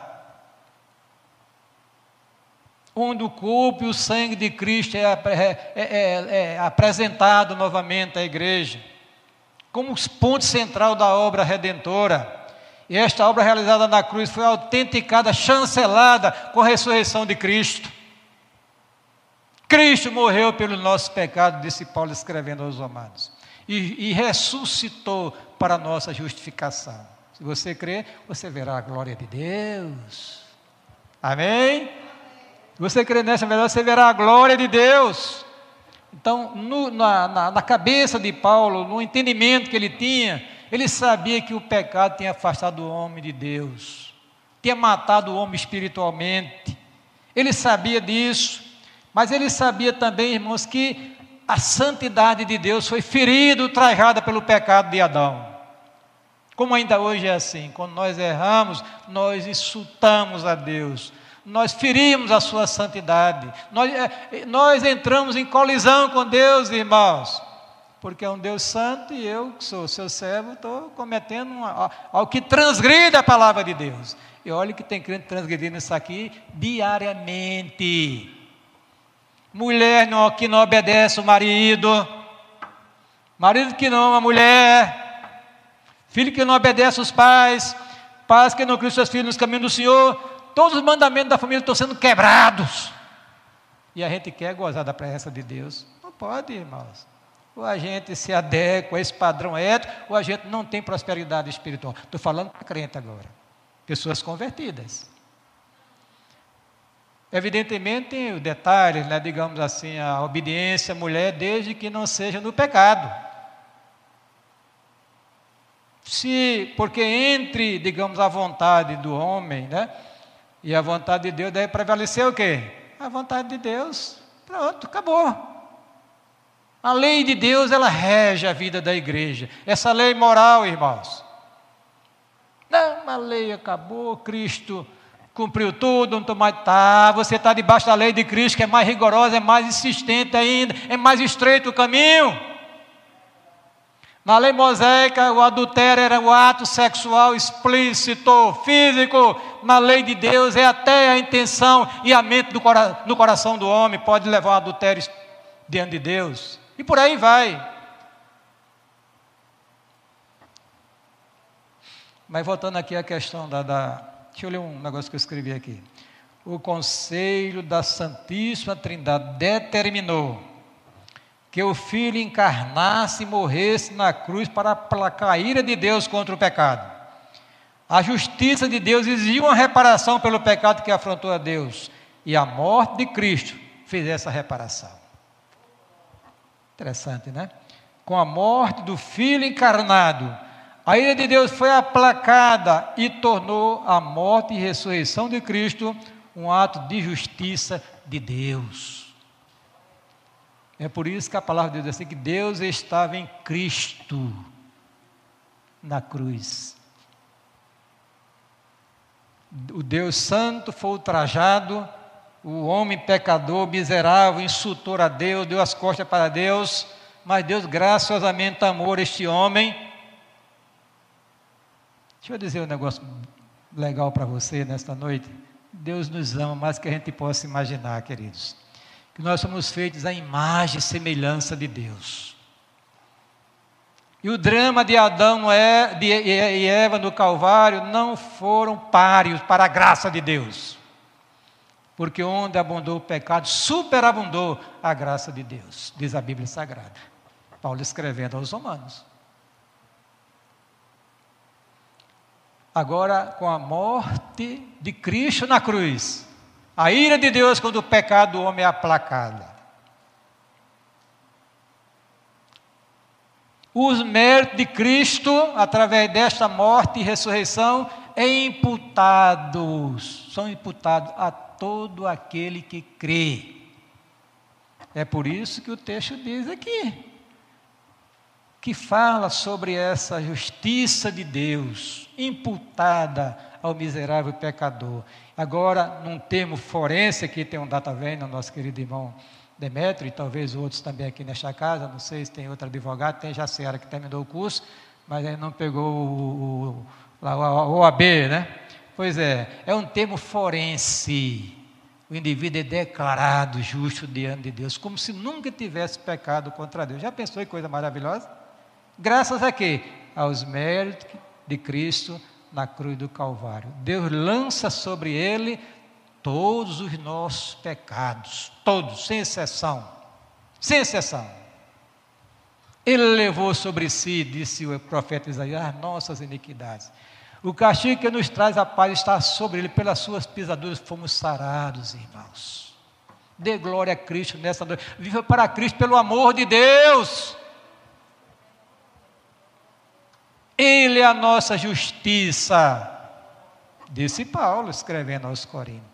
A: onde o corpo e o sangue de Cristo é, é, é, é apresentado novamente à igreja, como ponto central da obra redentora. E esta obra realizada na cruz foi autenticada, chancelada com a ressurreição de Cristo. Cristo morreu pelo nosso pecado, disse Paulo escrevendo aos Romanos, e, e ressuscitou para a nossa justificação. Se você crer, você verá a glória de Deus. Amém? Se você crer nessa verdade, você verá a glória de Deus. Então, no, na, na, na cabeça de Paulo, no entendimento que ele tinha, ele sabia que o pecado tinha afastado o homem de Deus, tinha matado o homem espiritualmente. Ele sabia disso. Mas ele sabia também, irmãos, que a santidade de Deus foi ferida, ultrajada pelo pecado de Adão. Como ainda hoje é assim, quando nós erramos, nós insultamos a Deus, nós ferimos a sua santidade, nós, nós entramos em colisão com Deus, irmãos, porque é um Deus santo e eu, que sou seu servo, estou cometendo uma, algo que transgride a palavra de Deus. E olha que tem crente transgredindo isso aqui diariamente. Mulher não, que não obedece o marido, marido que não ama a mulher, filho que não obedece os pais, pais que não criam seus filhos nos caminhos do Senhor, todos os mandamentos da família estão sendo quebrados, e a gente quer gozar da presença de Deus. Não pode, irmãos. Ou a gente se adequa a esse padrão ético, ou a gente não tem prosperidade espiritual. Estou falando para crente agora, pessoas convertidas. Evidentemente tem o detalhe, né, digamos assim, a obediência à mulher, desde que não seja no pecado. Se, porque entre, digamos, a vontade do homem, né, e a vontade de Deus, deve prevalecer o quê? A vontade de Deus. Pronto, acabou. A lei de Deus, ela rege a vida da igreja. Essa lei moral, irmãos. Não, a lei acabou, Cristo cumpriu tudo, não estou mais. Tá, você está debaixo da lei de Cristo, que é mais rigorosa, é mais insistente ainda, é mais estreito o caminho. Na lei mosaica, o adultério era o ato sexual explícito, físico. Na lei de Deus, é até a intenção e a mente do cora- no coração do homem pode levar ao adultério diante de Deus. E por aí vai. Mas voltando aqui à questão da... da Deixa eu ler um negócio que eu escrevi aqui. O Conselho da Santíssima Trindade determinou que o Filho encarnasse e morresse na cruz para aplacar a ira de Deus contra o pecado. A justiça de Deus exigiu uma reparação pelo pecado que afrontou a Deus, e a morte de Cristo fez essa reparação. Interessante, né? Com a morte do Filho encarnado, a ira de Deus foi aplacada e tornou a morte e ressurreição de Cristo um ato de justiça de Deus. É por isso que a palavra de Deus diz assim, que Deus estava em Cristo, na cruz. O Deus Santo foi ultrajado, o homem pecador, miserável, insultou a Deus, deu as costas para Deus, mas Deus graciosamente amou este homem. Deixa eu dizer um negócio legal para você nesta noite. Deus nos ama mais do que a gente possa imaginar, queridos. Que nós somos feitos à imagem e semelhança de Deus. E o drama de Adão e Eva no Calvário não foram páreos para a graça de Deus. Porque onde abundou o pecado, superabundou a graça de Deus, diz a Bíblia Sagrada. Paulo escrevendo aos Romanos. Agora, com a morte de Cristo na cruz, a ira de Deus quando o pecado do homem é aplacada. Os méritos de Cristo, através desta morte e ressurreição, é imputados, são imputados a todo aquele que crê. É por isso que o texto diz aqui, que fala sobre essa justiça de Deus, imputada ao miserável pecador. Agora, num termo forense, aqui tem um data vendo, nosso querido irmão Demétrio, e talvez outros também aqui nesta casa, não sei se tem outro advogado, tem Jaciara que terminou o curso, mas aí não pegou o, o, lá, o O A B, né? Pois é, é um termo forense. O indivíduo é declarado justo diante de Deus, como se nunca tivesse pecado contra Deus. Já pensou em coisa maravilhosa? Graças a quê? Aos méritos de Cristo na cruz do Calvário. Deus lança sobre ele todos os nossos pecados, todos, sem exceção, sem exceção. Ele levou sobre si, disse o profeta Isaías, as nossas iniquidades. O castigo que nos traz a paz está sobre ele, pelas suas pisaduras fomos sarados, irmãos. Dê glória a Cristo nessa noite. Viva para Cristo pelo amor de Deus. Ele é a nossa justiça, disse Paulo, escrevendo aos Coríntios.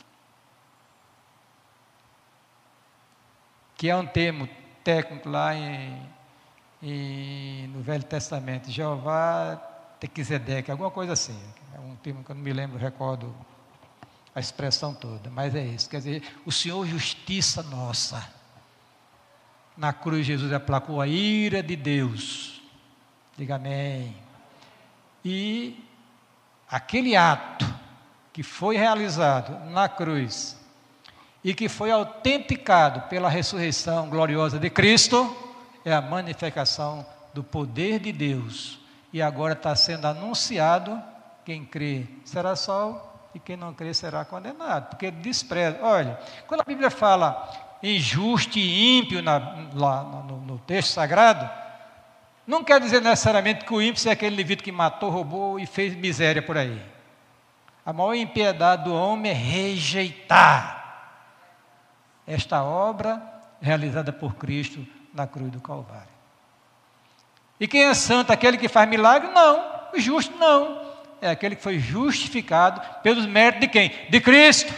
A: Que é um termo técnico lá em, em, no Velho Testamento, Jeová Tequisedeque, alguma coisa assim. É um termo que eu não me lembro, recordo a expressão toda, mas é isso. Quer dizer, o Senhor justiça nossa. Na cruz Jesus aplacou a ira de Deus. Diga amém. E aquele ato que foi realizado na cruz e que foi autenticado pela ressurreição gloriosa de Cristo é a manifestação do poder de Deus. E agora está sendo anunciado, quem crê será salvo e quem não crê será condenado. Porque despreza. Olha, quando a Bíblia fala em justo e ímpio na, lá no, no texto sagrado, não quer dizer necessariamente que o ímpio é aquele levita que matou, roubou e fez miséria por aí. A maior impiedade do homem é rejeitar esta obra realizada por Cristo na cruz do Calvário. E quem é santo? Aquele que faz milagre? Não. O justo não. É aquele que foi justificado pelos méritos de quem? De Cristo.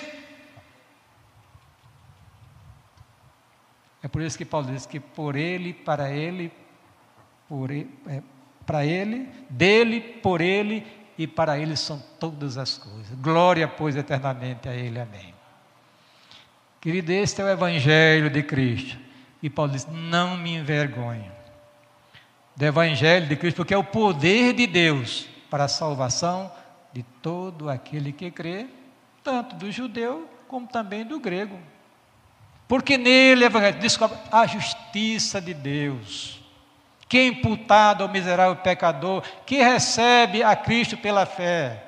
A: É por isso que Paulo diz que por ele, para ele, por ele, é, para ele, dele, por ele e para ele são todas as coisas. Glória, pois, eternamente a ele. Amém. Querido, este é o Evangelho de Cristo. E Paulo diz, não me envergonho do Evangelho de Cristo, porque é o poder de Deus para a salvação de todo aquele que crê, tanto do judeu como também do grego. Porque nele, Evangelho, descobre a justiça de Deus, que é imputado ao miserável pecador, que recebe a Cristo pela fé.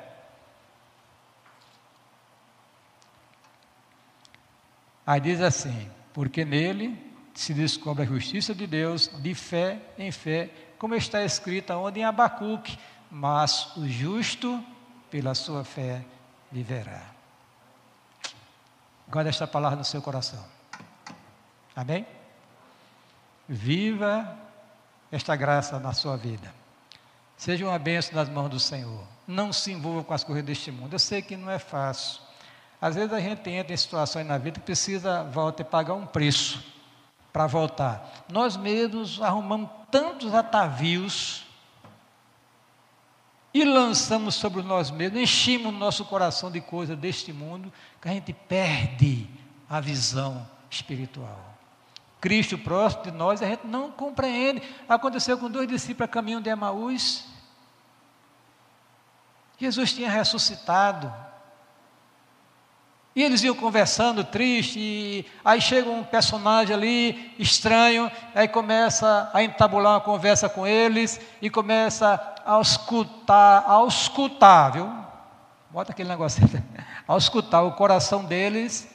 A: Aí diz assim, porque nele se descobre a justiça de Deus de fé em fé, como está escrito onde em Abacuque, mas o justo pela sua fé viverá. Guarda esta palavra no seu coração. Amém? Viva esta graça na sua vida. Seja uma bênção nas mãos do Senhor. Não se envolva com as coisas deste mundo. Eu sei que não é fácil. Às vezes a gente entra em situações na vida que precisa voltar e pagar um preço para voltar. Nós mesmos arrumamos tantos atavios e lançamos sobre nós mesmos, enchemos o nosso coração de coisas deste mundo, que a gente perde a visão espiritual. Cristo próximo de nós, a gente não compreende. Aconteceu com dois discípulos a caminho de Emaús. Jesus tinha ressuscitado. E eles iam conversando triste, e aí chega um personagem ali, estranho, aí começa a entabular uma conversa com eles, e começa a escutar, a escutar, viu? Bota aquele negócio, a escutar o coração deles,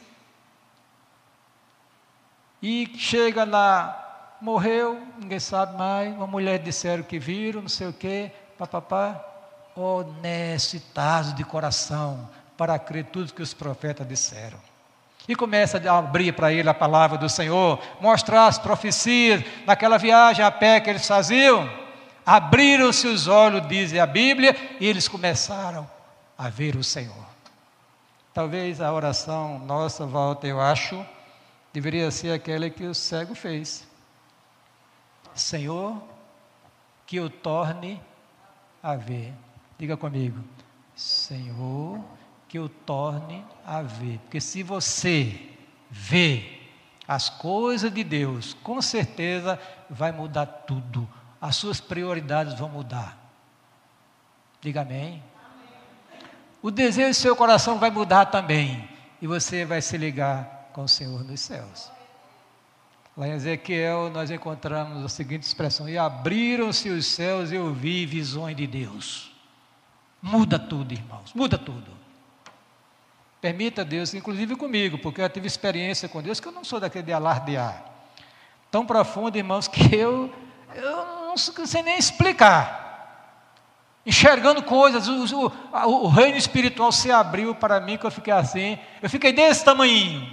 A: e chega lá, morreu, ninguém sabe mais, uma mulher disseram que viram, não sei o quê, papapá, honestidade de coração, para crer tudo que os profetas disseram. E começa a abrir para ele a palavra do Senhor, mostrar as profecias, naquela viagem a pé que eles faziam, abriram-se os olhos, diz a Bíblia, e eles começaram a ver o Senhor. Talvez a oração nossa, Walter, eu acho, deveria ser aquela que o cego fez. Senhor, que eu torne a ver. Diga comigo, Senhor, que eu torne a ver. Porque se você vê as coisas de Deus, com certeza vai mudar tudo. As suas prioridades vão mudar. Diga amém. O desejo do seu coração vai mudar também. E você vai se ligar com o Senhor nos céus. Lá em Ezequiel nós encontramos a seguinte expressão: e abriram-se os céus e eu vi visões de Deus. Muda tudo, irmãos, muda tudo. Permita Deus, inclusive comigo, porque eu tive experiência com Deus, que eu não sou daquele de alardear. Tão profundo, irmãos, que eu, eu não sei nem explicar. Enxergando coisas, o, o, o reino espiritual se abriu para mim, que eu fiquei assim, eu fiquei desse tamanhinho.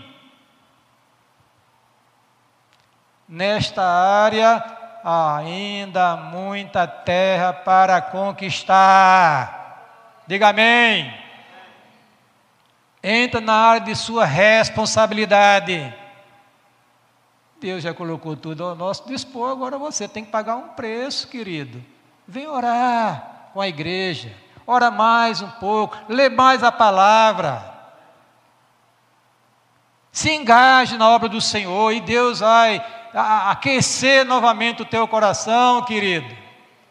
A: Nesta área, ainda há muita terra para conquistar. Diga amém. Entra na área de sua responsabilidade. Deus já colocou tudo ao nosso dispor, agora você tem que pagar um preço, querido. Vem orar com a igreja, ora mais um pouco, lê mais a palavra. Se engaje na obra do Senhor e Deus vai aquecer novamente o teu coração, querido.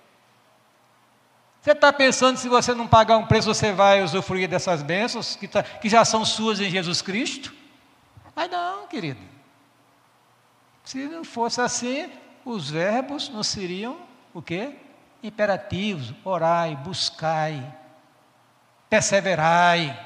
A: Você está pensando, se você não pagar um preço, você vai usufruir dessas bênçãos que, tá, que já são suas em Jesus Cristo? Mas não, querido. Se não fosse assim, os verbos não seriam o quê? Imperativos. Orai, buscai, perseverai,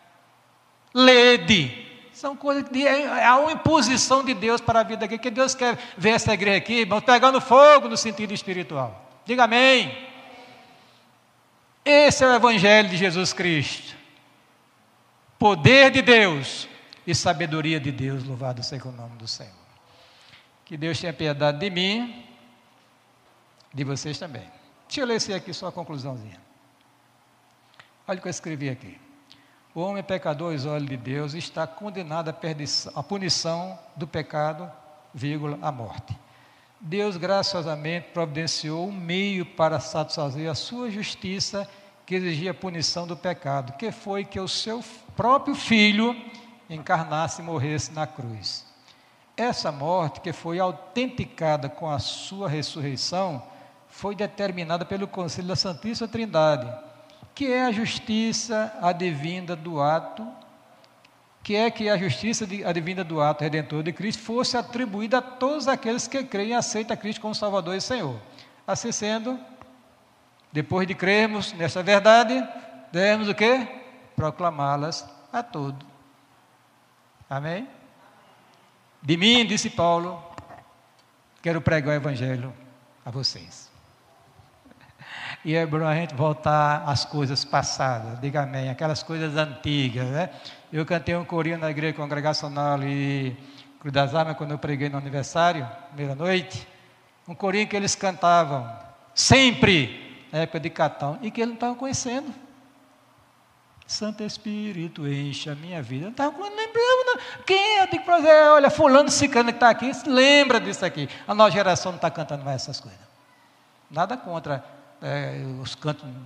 A: lede. São coisas que é uma imposição de Deus para a vida aqui, que Deus quer ver essa igreja aqui, irmãos, pegando fogo no sentido espiritual. Diga amém. Esse é o Evangelho de Jesus Cristo. Poder de Deus e sabedoria de Deus, louvado seja o nome do Senhor. Que Deus tenha piedade de mim, de vocês também. Deixa eu ler esse aqui, só a conclusãozinha. Olha o que eu escrevi aqui. O homem pecador aos olhos de Deus está condenado à, perdição, à punição do pecado, vírgula, a morte. Deus graciosamente providenciou um meio para satisfazer a sua justiça, que exigia a punição do pecado, que foi que o seu próprio Filho encarnasse e morresse na cruz. Essa morte, que foi autenticada com a sua ressurreição, foi determinada pelo Conselho da Santíssima Trindade, que é a justiça advinda do ato que é que a justiça advinda do ato redentor de Cristo fosse atribuída a todos aqueles que creem e aceitam a Cristo como Salvador e Senhor. Assim sendo, depois de crermos nesta verdade, devemos o quê? Proclamá-las a todos. Amém? De mim, disse Paulo, quero pregar o Evangelho a vocês. E é bom a gente voltar às coisas passadas, diga amém, aquelas coisas antigas, né? Eu cantei um corinho na igreja congregacional e Cruz das Armas, quando eu preguei no aniversário, primeira noite, um corinho que eles cantavam, sempre, na época de Catão, e que eles não estavam conhecendo. Santo Espírito, enche a minha vida. Não estava lembrando, não. Quem é? Tem que fazer, olha, fulano, ciclano que está aqui, lembra disso aqui. A nova geração não está cantando mais essas coisas. Nada contra é, os cantos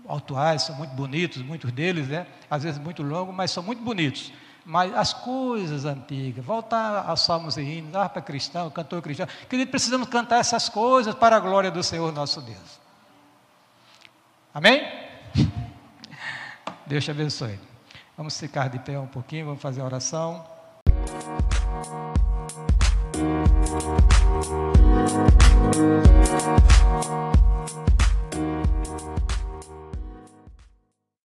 A: atuais são muito bonitos, muitos deles, né? Às vezes muito longos, mas são muito bonitos. Mas as coisas antigas, voltar aos salmos e hinos, harpa cristã, cantor cristão, querido, precisamos cantar essas coisas para a glória do Senhor nosso Deus. Amém? Deus te abençoe. Vamos ficar de pé um pouquinho, vamos fazer a oração.